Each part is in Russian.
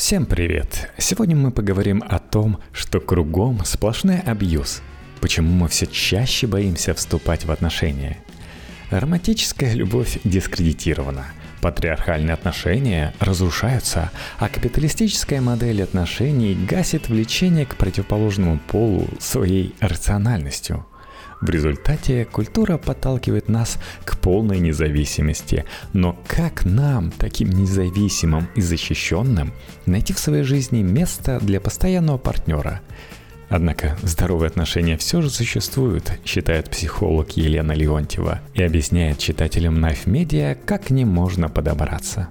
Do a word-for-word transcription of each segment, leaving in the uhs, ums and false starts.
Всем привет! Сегодня мы поговорим о том, что кругом сплошной абьюз. Почему мы все чаще боимся вступать в отношения? Романтическая любовь дискредитирована. Патриархальные отношения разрушаются, а капиталистическая модель отношений гасит влечение к противоположному полу своей рациональностью. В результате культура подталкивает нас к полной независимости. Но как нам, таким независимым и защищенным, найти в своей жизни место для постоянного партнера? Однако здоровые отношения все же существуют, считает психолог Елена Леонтьева, и объясняет читателям Knife Media, как к ним можно подобраться.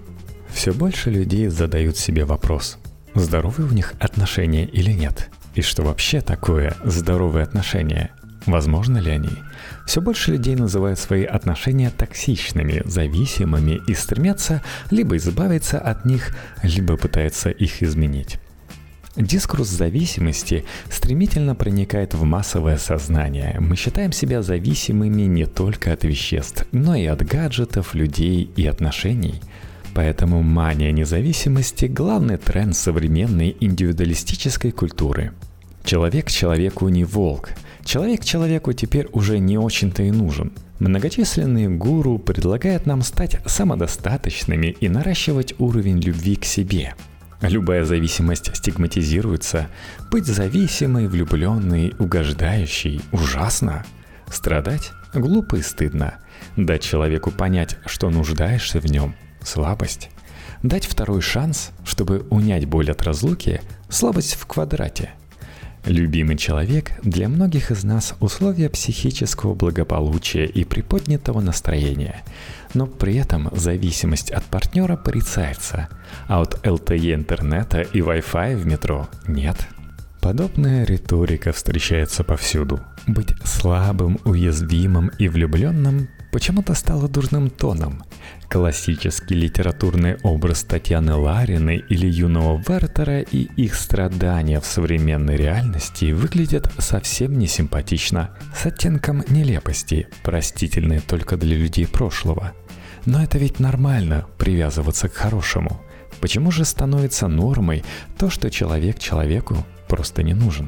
Все больше людей задают себе вопрос, здоровы у них отношения или нет? И что вообще такое здоровые отношения? Возможно ли они? Все больше людей называют свои отношения токсичными, зависимыми и стремятся либо избавиться от них, либо пытаются их изменить. Дискурс зависимости стремительно проникает в массовое сознание. Мы считаем себя зависимыми не только от веществ, но и от гаджетов, людей и отношений. Поэтому мания независимости – главный тренд современной индивидуалистической культуры. Человек человеку не волк. Человек человеку теперь уже не очень-то и нужен. Многочисленные гуру предлагают нам стать самодостаточными и наращивать уровень любви к себе. Любая зависимость стигматизируется. Быть зависимой, влюбленной, угождающей – ужасно. Страдать – глупо и стыдно. Дать человеку понять, что нуждаешься в нем – слабость. Дать второй шанс, чтобы унять боль от разлуки – слабость в квадрате. Любимый человек для многих из нас условие психического благополучия и приподнятого настроения, но при этом зависимость от партнера порицается, а от эл тэ е интернета и Wi-Fi в метро нет. Подобная риторика встречается повсюду. Быть слабым, уязвимым и влюбленным почему-то стало дурным тоном. Классический литературный образ Татьяны Лариной или юного Вертера и их страдания в современной реальности выглядят совсем несимпатично, с оттенком нелепости, простительной только для людей прошлого. Но это ведь нормально – привязываться к хорошему. Почему же становится нормой то, что человек человеку просто не нужен?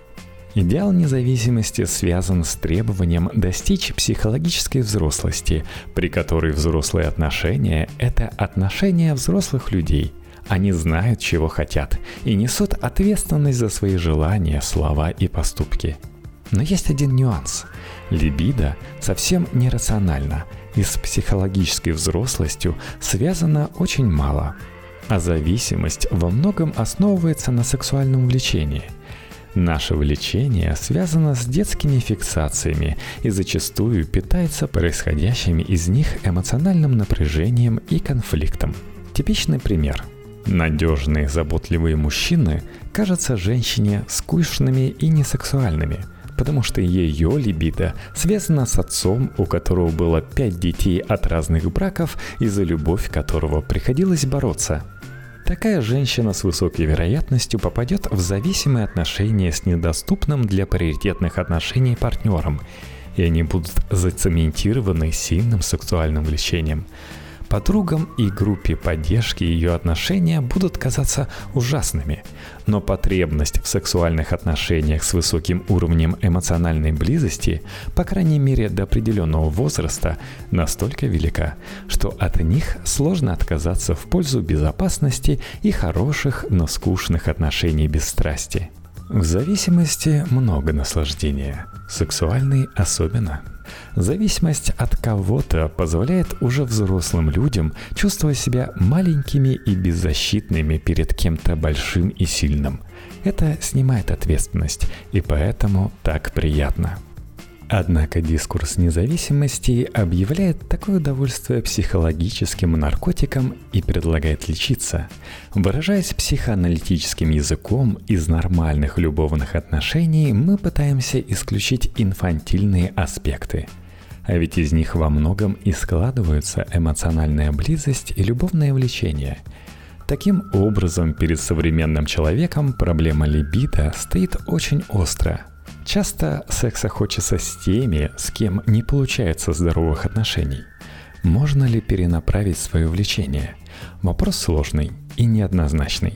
Идеал независимости связан с требованием достичь психологической взрослости, при которой взрослые отношения – это отношения взрослых людей. Они знают, чего хотят, и несут ответственность за свои желания, слова и поступки. Но есть один нюанс. Либидо совсем нерационально, и с психологической взрослостью связано очень мало. А зависимость во многом основывается на сексуальном влечении. Наше влечение связано с детскими фиксациями и зачастую питается происходящим из них эмоциональным напряжением и конфликтом. Типичный пример. Надежные, заботливые мужчины кажутся женщине скучными и несексуальными, потому что ее либидо связано с отцом, у которого было пять детей от разных браков и за любовь которого приходилось бороться. Такая женщина с высокой вероятностью попадет в зависимые отношения с недоступным для приоритетных отношений партнером, и они будут зацементированы сильным сексуальным влечением. Подругам и группе поддержки ее отношения будут казаться ужасными, но потребность в сексуальных отношениях с высоким уровнем эмоциональной близости, по крайней мере до определенного возраста, настолько велика, что от них сложно отказаться в пользу безопасности и хороших, но скучных отношений без страсти. В зависимости много наслаждения, сексуальной особенно. Зависимость от кого-то позволяет уже взрослым людям чувствовать себя маленькими и беззащитными перед кем-то большим и сильным. Это снимает ответственность, и поэтому так приятно. Однако дискурс независимости объявляет такое удовольствие психологическим наркотиком и предлагает лечиться. Выражаясь психоаналитическим языком, из нормальных любовных отношений мы пытаемся исключить инфантильные аспекты. А ведь из них во многом и складываются эмоциональная близость и любовное влечение. Таким образом, перед современным человеком проблема либидо стоит очень остро. Часто секса хочется с теми, с кем не получается здоровых отношений. Можно ли перенаправить свое влечение? Вопрос сложный. и неоднозначный.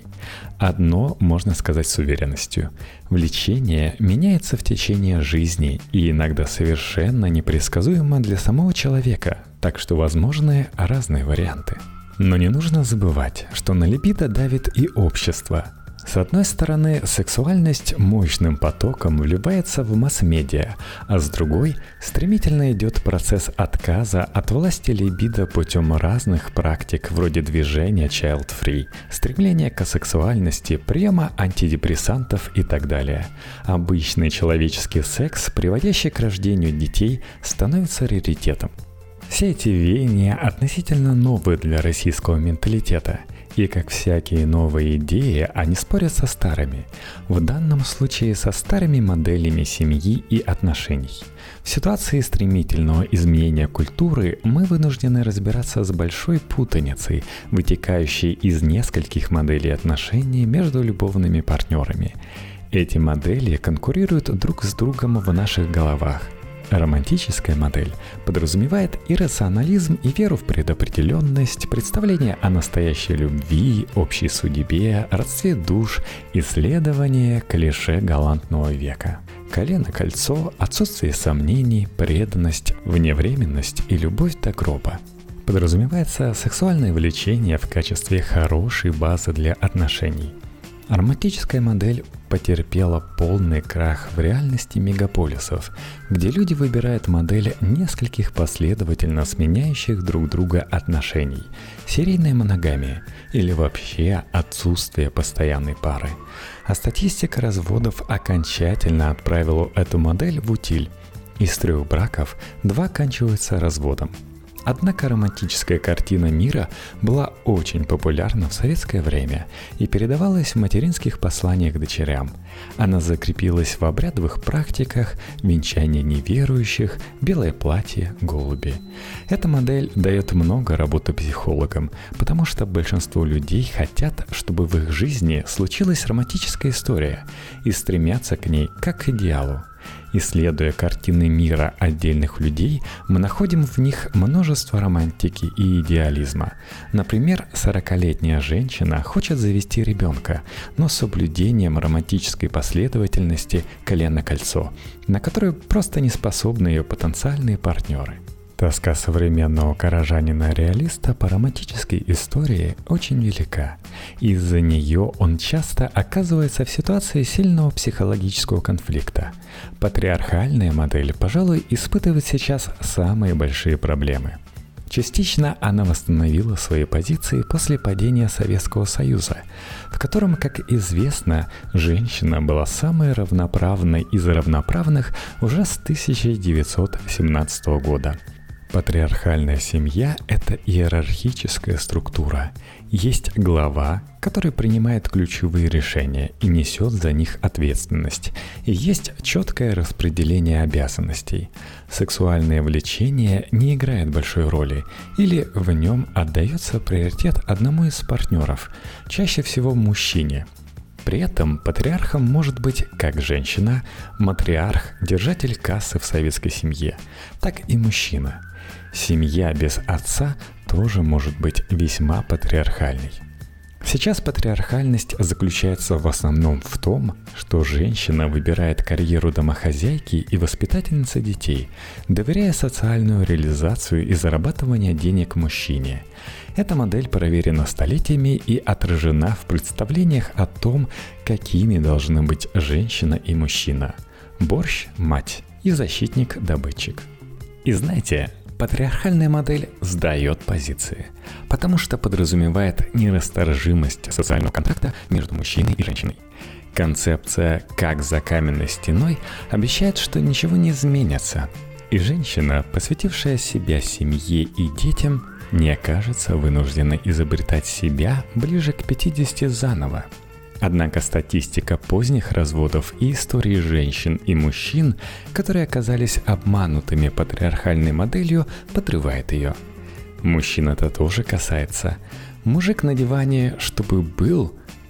Одно можно сказать с уверенностью. Влечение меняется в течение жизни и иногда совершенно непредсказуемо для самого человека, так что возможны разные варианты. Но не нужно забывать, что на либидо давит и общество. С одной стороны, сексуальность мощным потоком вливается в масс-медиа, а с другой стремительно идет процесс отказа от власти либидо путем разных практик вроде движения child-free, стремления к асексуальности, приема антидепрессантов и так далее. Обычный человеческий секс, приводящий к рождению детей, становится раритетом. Все эти веяния относительно новые для российского менталитета. И как всякие новые идеи, они спорят со старыми. В данном случае со старыми моделями семьи и отношений. В ситуации стремительного изменения культуры мы вынуждены разбираться с большой путаницей, вытекающей из нескольких моделей отношений между любовными партнерами. Эти модели конкурируют друг с другом в наших головах. Романтическая модель подразумевает иррационализм и веру в предопределенность, представление о настоящей любви, общей судьбе, родстве душ, исследование клише галантного века. Колено-кольцо, отсутствие сомнений, преданность, вневременность и любовь до гроба. Подразумевается сексуальное влечение в качестве хорошей базы для отношений. Романтическая модель потерпела полный крах в реальности мегаполисов, где люди выбирают модель нескольких последовательно сменяющих друг друга отношений, серийная моногамия или вообще отсутствие постоянной пары. А статистика разводов окончательно отправила эту модель в утиль. Из трех браков два оканчиваются разводом. Однако романтическая картина мира была очень популярна в советское время и передавалась в материнских посланиях дочерям. Она закрепилась в обрядовых практиках, венчание неверующих, белое платье, голуби. Эта модель дает много работы психологам, потому что большинство людей хотят, чтобы в их жизни случилась романтическая история и стремятся к ней как к идеалу. Исследуя картины мира отдельных людей, мы находим в них множество романтики и идеализма. Например, сорокалетняя женщина хочет завести ребенка, но с соблюдением романтической последовательности колено-кольцо, на которую просто не способны ее потенциальные партнеры. Тоска современного горожанина-реалиста по романтической истории очень велика. Из-за нее он часто оказывается в ситуации сильного психологического конфликта. Патриархальная модель, пожалуй, испытывает сейчас самые большие проблемы. Частично она восстановила свои позиции после падения Советского Союза, в котором, как известно, женщина была самой равноправной из равноправных уже с тысяча девятьсот семнадцатого года. Патриархальная семья – это иерархическая структура. Есть глава, который принимает ключевые решения и несет за них ответственность. И есть четкое распределение обязанностей. Сексуальное влечение не играет большой роли, или в нем отдается приоритет одному из партнеров, чаще всего мужчине. При этом патриархом может быть как женщина, матриарх, держатель кассы в советской семье, так и мужчина. Семья без отца тоже может быть весьма патриархальной. Сейчас патриархальность заключается в основном в том, что женщина выбирает карьеру домохозяйки и воспитательницы детей, доверяя социальную реализацию и зарабатывание денег мужчине. Эта модель проверена столетиями и отражена в представлениях о том, какими должны быть женщина и мужчина. Борщ – мать и защитник – добытчик. И знаете, патриархальная модель сдает позиции, потому что подразумевает нерасторжимость социального контракта между мужчиной и женщиной. Концепция «как за каменной стеной» обещает, что ничего не изменится, и женщина, посвятившая себя семье и детям, не окажется вынужденной изобретать себя ближе к пятидесяти заново. Однако статистика поздних разводов и истории женщин и мужчин, которые оказались обманутыми патриархальной моделью, подрывает ее. Мужчин это тоже касается. Мужик на диване, чтобы был,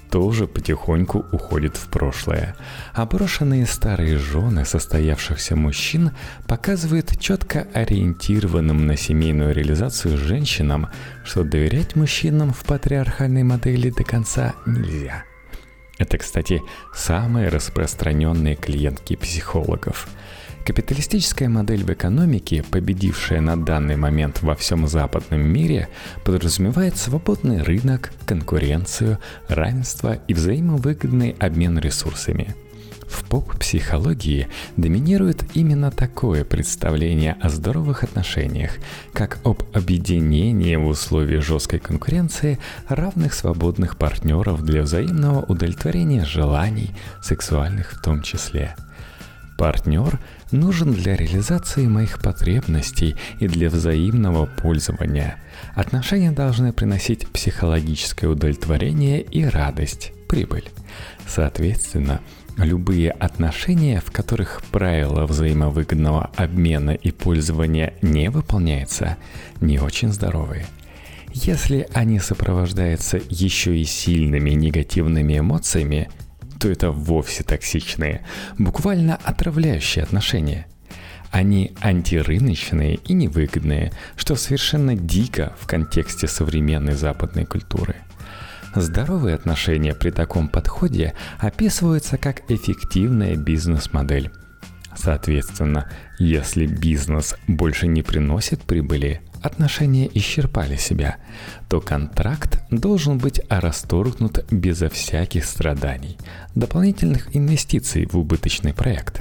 тоже потихоньку уходит в прошлое. А брошенные старые жены состоявшихся мужчин показывают четко ориентированным на семейную реализацию женщинам, что доверять мужчинам в патриархальной модели до конца нельзя. Это, кстати, самые распространенные клиентки психологов. Капиталистическая модель в экономике, победившая на данный момент во всем западном мире, подразумевает свободный рынок, конкуренцию, равенство и взаимовыгодный обмен ресурсами. В поп-психологии доминирует именно такое представление о здоровых отношениях, как об объединении в условиях жесткой конкуренции равных свободных партнеров для взаимного удовлетворения желаний, сексуальных в том числе. Партнер нужен для реализации моих потребностей и для взаимного пользования. Отношения должны приносить психологическое удовлетворение и радость, прибыль. Соответственно, любые отношения, в которых правило взаимовыгодного обмена и пользования не выполняется, не очень здоровые. Если они сопровождаются еще и сильными негативными эмоциями, то это вовсе токсичные, буквально отравляющие отношения. Они антирыночные и невыгодные, что совершенно дико в контексте современной западной культуры. Здоровые отношения при таком подходе описываются как эффективная бизнес-модель. Соответственно, если бизнес больше не приносит прибыли, отношения исчерпали себя, то контракт должен быть расторгнут безо всяких страданий, дополнительных инвестиций в убыточный проект.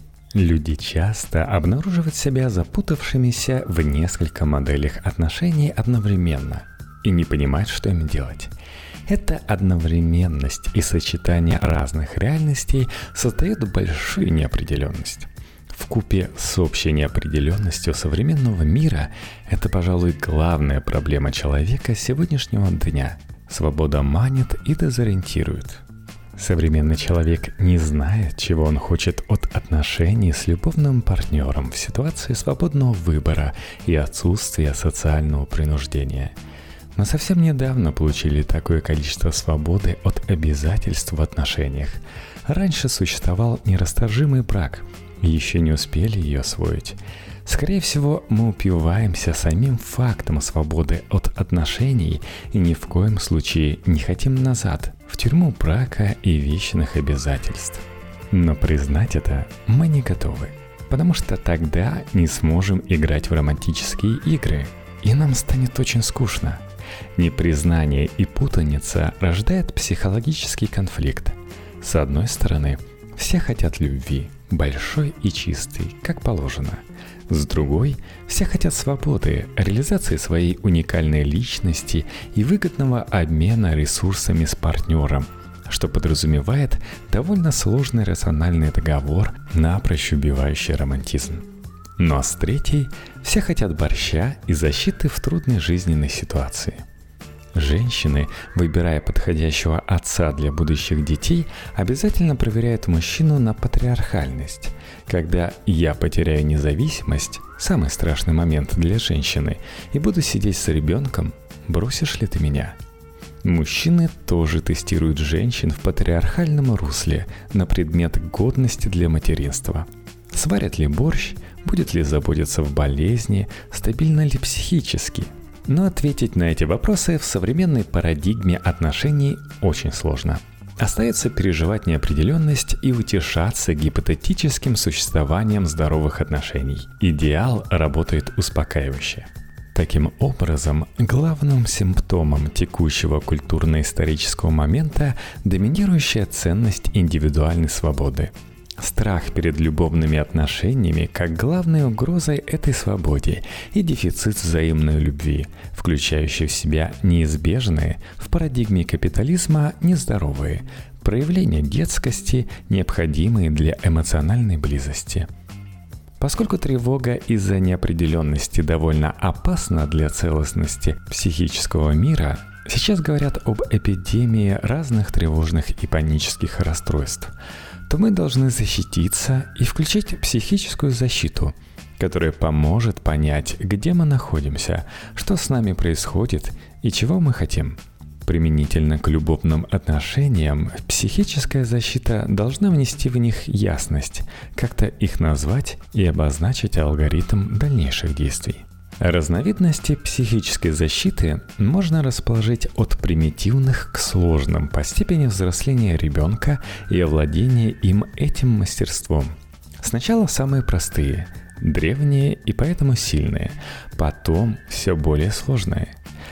Люди часто обнаруживают себя запутавшимися в нескольких моделях отношений одновременно и не понимают, что им делать. Эта одновременность и сочетание разных реальностей создает большую неопределенность. Вкупе с общей неопределенностью современного мира это, пожалуй, главная проблема человека сегодняшнего дня. Свобода манит и дезориентирует. Современный человек не знает, чего он хочет от отношений с любовным партнером в ситуации свободного выбора и отсутствия социального принуждения. Мы совсем недавно получили такое количество свободы от обязательств в отношениях. Раньше существовал нерасторжимый брак, и еще не успели ее освоить. Скорее всего, мы упиваемся самим фактом свободы от отношений и ни в коем случае не хотим назад, в тюрьму брака и вечных обязательств. Но признать это мы не готовы, потому что тогда не сможем играть в романтические игры, и нам станет очень скучно. Непризнание и путаница рождает психологический конфликт. С одной стороны, все хотят любви, большой и чистой, как положено. С другой, все хотят свободы, реализации своей уникальной личности и выгодного обмена ресурсами с партнером, что подразумевает довольно сложный рациональный договор, напрочь убивающий романтизм. Но с третьей, все хотят борща и защиты в трудной жизненной ситуации. Женщины, выбирая подходящего отца для будущих детей, обязательно проверяют мужчину на патриархальность. Когда я потеряю независимость, самый страшный момент для женщины, и буду сидеть с ребенком, бросишь ли ты меня? Мужчины тоже тестируют женщин в патриархальном русле на предмет годности для материнства. Сварят ли борщ, будет ли заботиться в болезни, стабильно ли психически? Но ответить на эти вопросы в современной парадигме отношений очень сложно. Остается переживать неопределенность и утешаться гипотетическим существованием здоровых отношений. Идеал работает успокаивающе. Таким образом, главным симптомом текущего культурно-исторического момента доминирующая ценность индивидуальной свободы. Страх перед любовными отношениями как главной угрозой этой свободе и дефицит взаимной любви, включающий в себя неизбежные в парадигме капитализма нездоровые проявления детскости, необходимые для эмоциональной близости. Поскольку тревога из-за неопределенности довольно опасна для целостности психического мира, сейчас говорят об эпидемии разных тревожных и панических расстройств, то мы должны защититься и включить психическую защиту, которая поможет понять, где мы находимся, что с нами происходит и чего мы хотим. Применительно к любовным отношениям, психическая защита должна внести в них ясность, как-то их назвать и обозначить алгоритм дальнейших действий. Разновидности психической защиты можно расположить от примитивных к сложным по степени взросления ребенка и овладения им этим мастерством. Сначала самые простые, древние и поэтому сильные, потом все более сложные.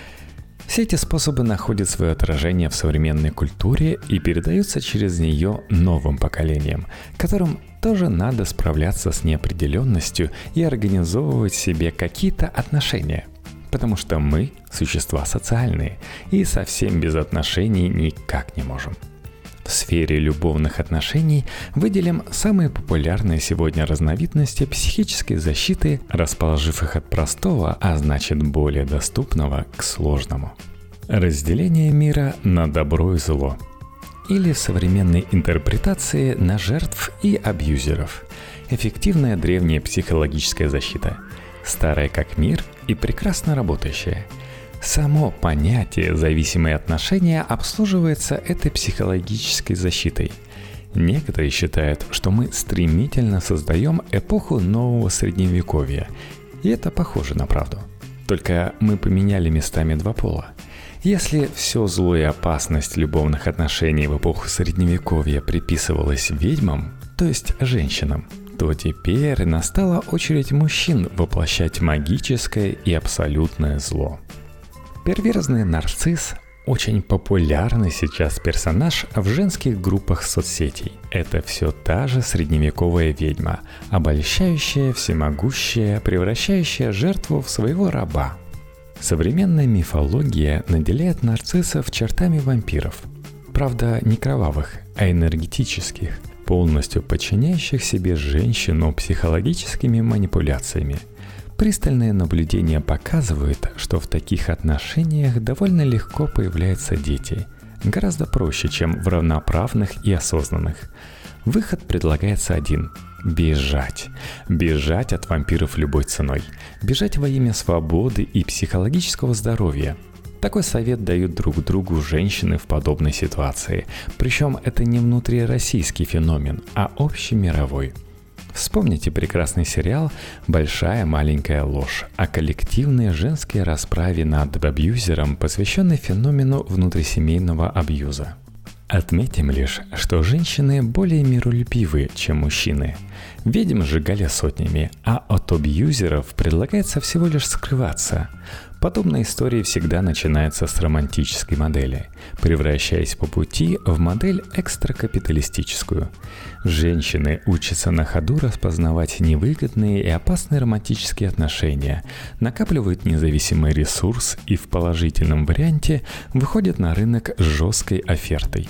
Все эти способы находят свое отражение в современной культуре и передаются через нее новым поколениям, которым тоже надо справляться с неопределенностью и организовывать себе какие-то отношения. Потому что мы – существа социальные и совсем без отношений никак не можем. В сфере любовных отношений выделим самые популярные сегодня разновидности психической защиты, расположив их от простого, а значит более доступного, к сложному. Разделение мира на добро и зло. Или в современной интерпретации на жертв и абьюзеров. Эффективная древняя психологическая защита. Старая как мир и прекрасно работающая. Само понятие «зависимые отношения» обслуживается этой психологической защитой. Некоторые считают, что мы стремительно создаем эпоху нового средневековья. И это похоже на правду. Только мы поменяли местами два пола. Если все зло и опасность любовных отношений в эпоху Средневековья приписывалось ведьмам, то есть женщинам, то теперь настала очередь мужчин воплощать магическое и абсолютное зло. Перверзный нарцисс – очень популярный сейчас персонаж в женских группах соцсетей. Это все та же средневековая ведьма, обольщающая, всемогущая, превращающая жертву в своего раба. Современная мифология наделяет нарциссов чертами вампиров. Правда, не кровавых, а энергетических, полностью подчиняющих себе женщину психологическими манипуляциями. Пристальное наблюдение показывает, что в таких отношениях довольно легко появляются дети. Гораздо проще, чем в равноправных и осознанных. Выход предлагается один – бежать. Бежать от вампиров любой ценой. Бежать во имя свободы и психологического здоровья. Такой совет дают друг другу женщины в подобной ситуации. Причем это не внутрироссийский феномен, а общемировой. Вспомните прекрасный сериал «Большая маленькая ложь» о коллективной женской расправе над абьюзером, посвященной феномену внутрисемейного абьюза. Отметим лишь, что женщины более миролюбивы, чем мужчины. Ведьм сжигали сотнями, а от абьюзеров предлагается всего лишь скрываться. Подобные истории всегда начинаются с романтической модели, превращаясь по пути в модель экстракапиталистическую. Женщины учатся на ходу распознавать невыгодные и опасные романтические отношения, накапливают независимый ресурс и в положительном варианте выходят на рынок с жесткой офертой.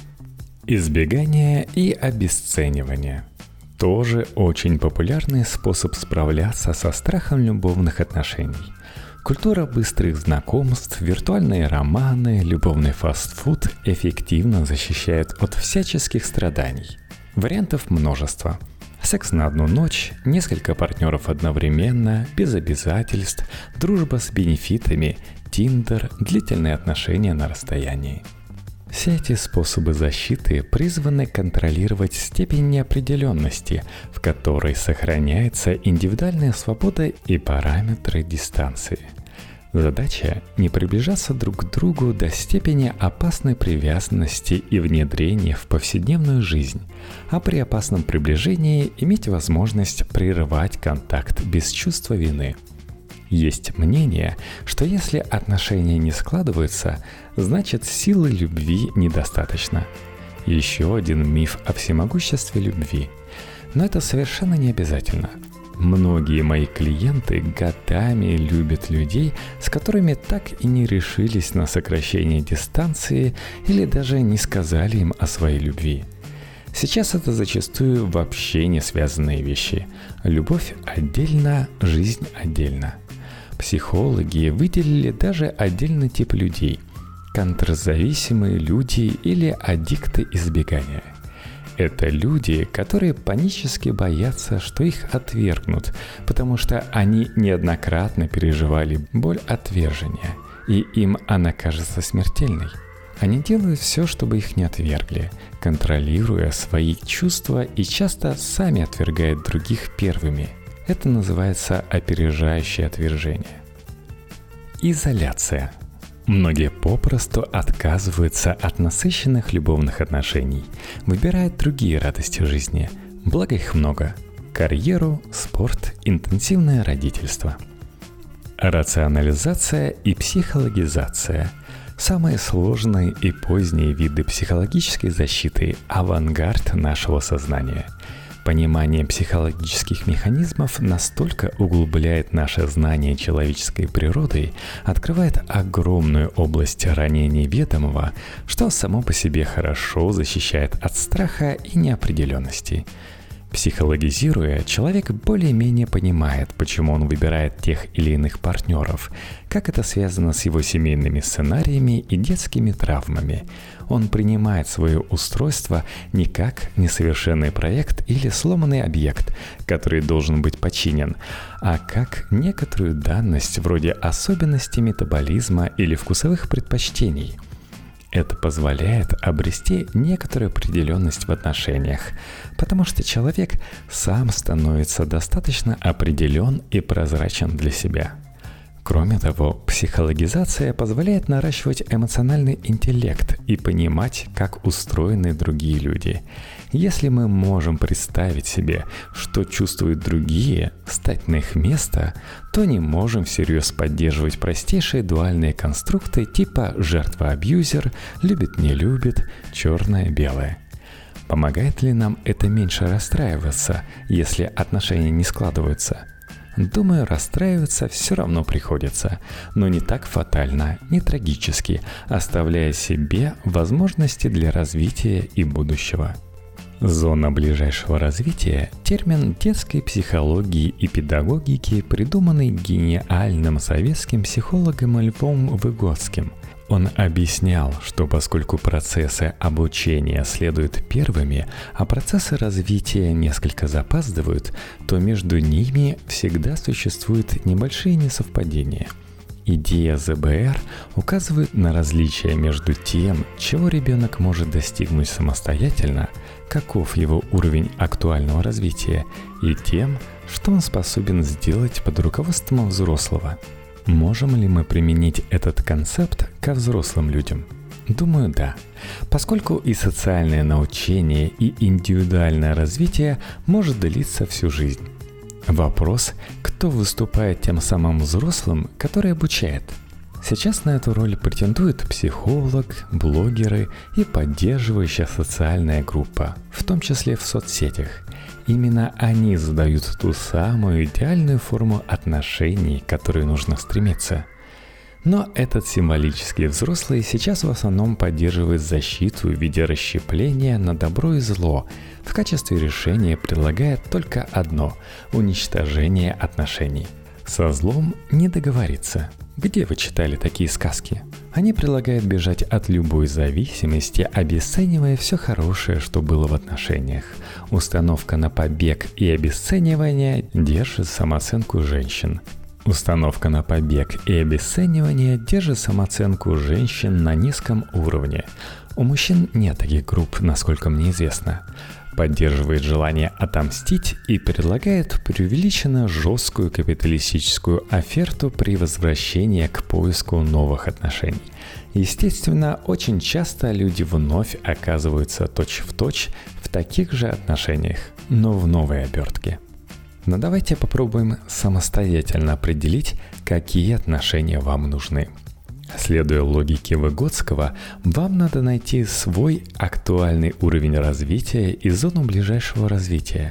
Избегание и обесценивание. Тоже очень популярный способ справляться со страхом любовных отношений. Культура быстрых знакомств, виртуальные романы, любовный фастфуд эффективно защищают от всяческих страданий. Вариантов множество. Секс на одну ночь, несколько партнеров одновременно, без обязательств, дружба с бенефитами, Тиндер, длительные отношения на расстоянии. Все эти способы защиты призваны контролировать степень неопределенности, в которой сохраняется индивидуальная свобода и параметры дистанции. Задача – не приближаться друг к другу до степени опасной привязанности и внедрения в повседневную жизнь, а при опасном приближении иметь возможность прерывать контакт без чувства вины. Есть мнение, что если отношения не складываются, значит силы любви недостаточно. Еще один миф о всемогуществе любви. Но это совершенно не обязательно. Многие мои клиенты годами любят людей, с которыми так и не решились на сокращение дистанции или даже не сказали им о своей любви. Сейчас это зачастую вообще не связанные вещи. Любовь отдельно, жизнь отдельно. Психологи выделили даже отдельный тип людей – контрзависимые люди или аддикты избегания. Это люди, которые панически боятся, что их отвергнут, потому что они неоднократно переживали боль отвержения, и им она кажется смертельной. Они делают все, чтобы их не отвергли, контролируя свои чувства и часто сами отвергают других первыми. Это называется опережающее отвержение. Изоляция. Многие попросту отказываются от насыщенных любовных отношений, выбирают другие радости жизни, благо их много – карьеру, спорт, интенсивное родительство. Рационализация и психологизация – самые сложные и поздние виды психологической защиты, авангард нашего сознания. Понимание психологических механизмов настолько углубляет наше знание человеческой природы, открывает огромную область ранее неведомого, что само по себе хорошо защищает от страха и неопределенности. Психологизируя, человек более-менее понимает, почему он выбирает тех или иных партнеров, как это связано с его семейными сценариями и детскими травмами. Он принимает свое устройство не как несовершенный проект или сломанный объект, который должен быть починен, а как некоторую данность вроде особенностей метаболизма или вкусовых предпочтений. Это позволяет обрести некоторую определенность в отношениях, потому что человек сам становится достаточно определен и прозрачен для себя. Кроме того, психологизация позволяет наращивать эмоциональный интеллект и понимать, как устроены другие люди. Если мы можем представить себе, что чувствуют другие, стать на их место, то не можем всерьез поддерживать простейшие дуальные конструкты типа «жертва-абьюзер», «любит-не любит», «черное-белое». Помогает ли нам это меньше расстраиваться, если отношения не складываются? Думаю, расстраиваться все равно приходится, но не так фатально, не трагически, оставляя себе возможности для развития и будущего. Зона ближайшего развития – термин детской психологии и педагогики, придуманный гениальным советским психологом Львом Выгодским. Он объяснял, что поскольку процессы обучения следуют первыми, а процессы развития несколько запаздывают, то между ними всегда существуют небольшие несовпадения. Идея зэ бэ эр указывает на различия между тем, чего ребенок может достигнуть самостоятельно, каков его уровень актуального развития, и тем, что он способен сделать под руководством взрослого. Можем ли мы применить этот концепт ко взрослым людям? Думаю, да, поскольку и социальное научение, и индивидуальное развитие может длиться всю жизнь. Вопрос, кто выступает тем самым взрослым, который обучает? Сейчас на эту роль претендуют психолог, блогеры и поддерживающая социальная группа, в том числе в соцсетях. Именно они задают ту самую идеальную форму отношений, к которой нужно стремиться. Но этот символический взрослый сейчас в основном поддерживает защиту в виде расщепления на добро и зло, в качестве решения предлагает только одно – уничтожение отношений. Со злом не договориться. Где вы читали такие сказки? Они предлагают бежать от любой зависимости, обесценивая все хорошее, что было в отношениях. Установка на побег и обесценивание держит самооценку женщин. Установка на побег и обесценивание держит самооценку женщин на низком уровне. У мужчин нет таких групп, насколько мне известно. Поддерживает желание отомстить и предлагает преувеличенно жесткую капиталистическую оферту при возвращении к поиску новых отношений. Естественно, очень часто люди вновь оказываются точь-в-точь в таких же отношениях, но в новой обертке. Но давайте попробуем самостоятельно определить, какие отношения вам нужны. Следуя логике Выгодского, вам надо найти свой актуальный уровень развития и зону ближайшего развития.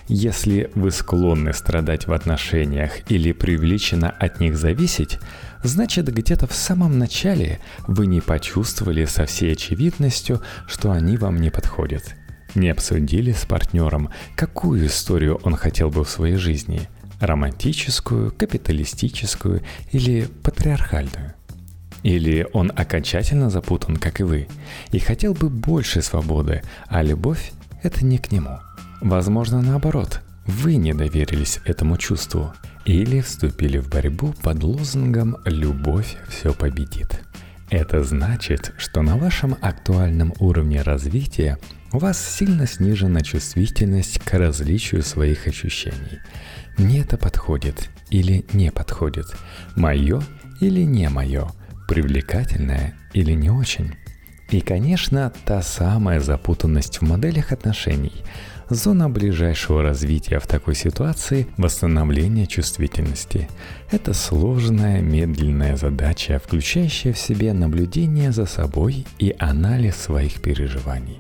Если вы склонны страдать в отношениях или преувеличенно от них зависеть, значит, где-то в самом начале вы не почувствовали со всей очевидностью, что они вам не подходят. Не обсудили с партнером, какую историю он хотел бы в своей жизни – романтическую, капиталистическую или патриархальную. Или он окончательно запутан, как и вы, и хотел бы больше свободы, а любовь – это не к нему. Возможно, наоборот, вы не доверились этому чувству или вступили в борьбу под лозунгом «любовь все победит». Это значит, что на вашем актуальном уровне развития у вас сильно снижена чувствительность к различию своих ощущений. Мне это подходит или не подходит, мое или не мое, привлекательное или не очень. И, конечно, та самая запутанность в моделях отношений. Зона ближайшего развития в такой ситуации – восстановление чувствительности. Это сложная, медленная задача, включающая в себе наблюдение за собой и анализ своих переживаний.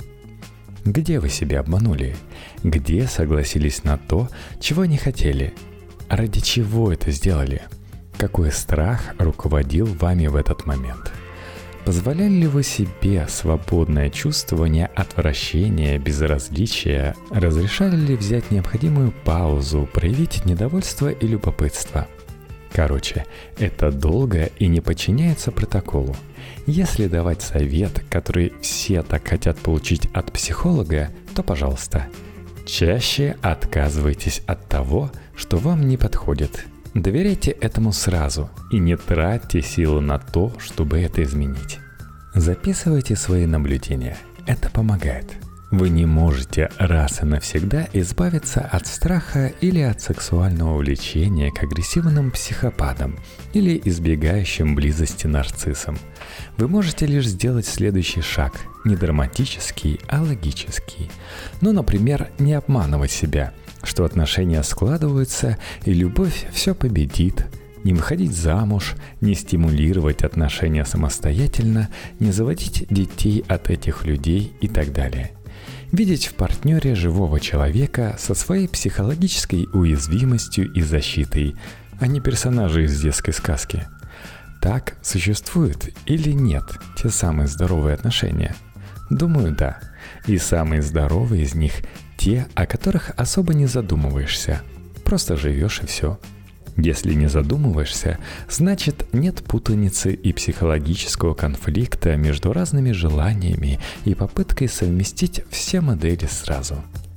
Где вы себя обманули? Где согласились на то, чего не хотели? Ради чего это сделали? Какой страх руководил вами в этот момент? Позволяли ли вы себе свободное чувствование отвращения, безразличия? Разрешали ли взять необходимую паузу, проявить недовольство и любопытство? Короче, это долго и не подчиняется протоколу. Если давать совет, который все так хотят получить от психолога, то пожалуйста. Чаще отказывайтесь от того, что вам не подходит. Доверяйте этому сразу и не тратьте силы на то, чтобы это изменить. Записывайте свои наблюдения. Это помогает. Вы не можете раз и навсегда избавиться от страха или от сексуального влечения к агрессивным психопатам или избегающим близости нарциссам. Вы можете лишь сделать следующий шаг, не драматический, а логический. Ну, например, не обманывать себя, что отношения складываются и любовь все победит, не выходить замуж, не стимулировать отношения самостоятельно, не заводить детей от этих людей и так далее. Видеть в партнере живого человека со своей психологической уязвимостью и защитой, а не персонажа из детской сказки. Так существуют или нет те самые здоровые отношения? Думаю, да. И самые здоровые из них – те, о которых особо не задумываешься. Просто живешь и все. Если не задумываешься, значит нет путаницы и психологического конфликта между разными желаниями и попыткой совместить все модели сразу.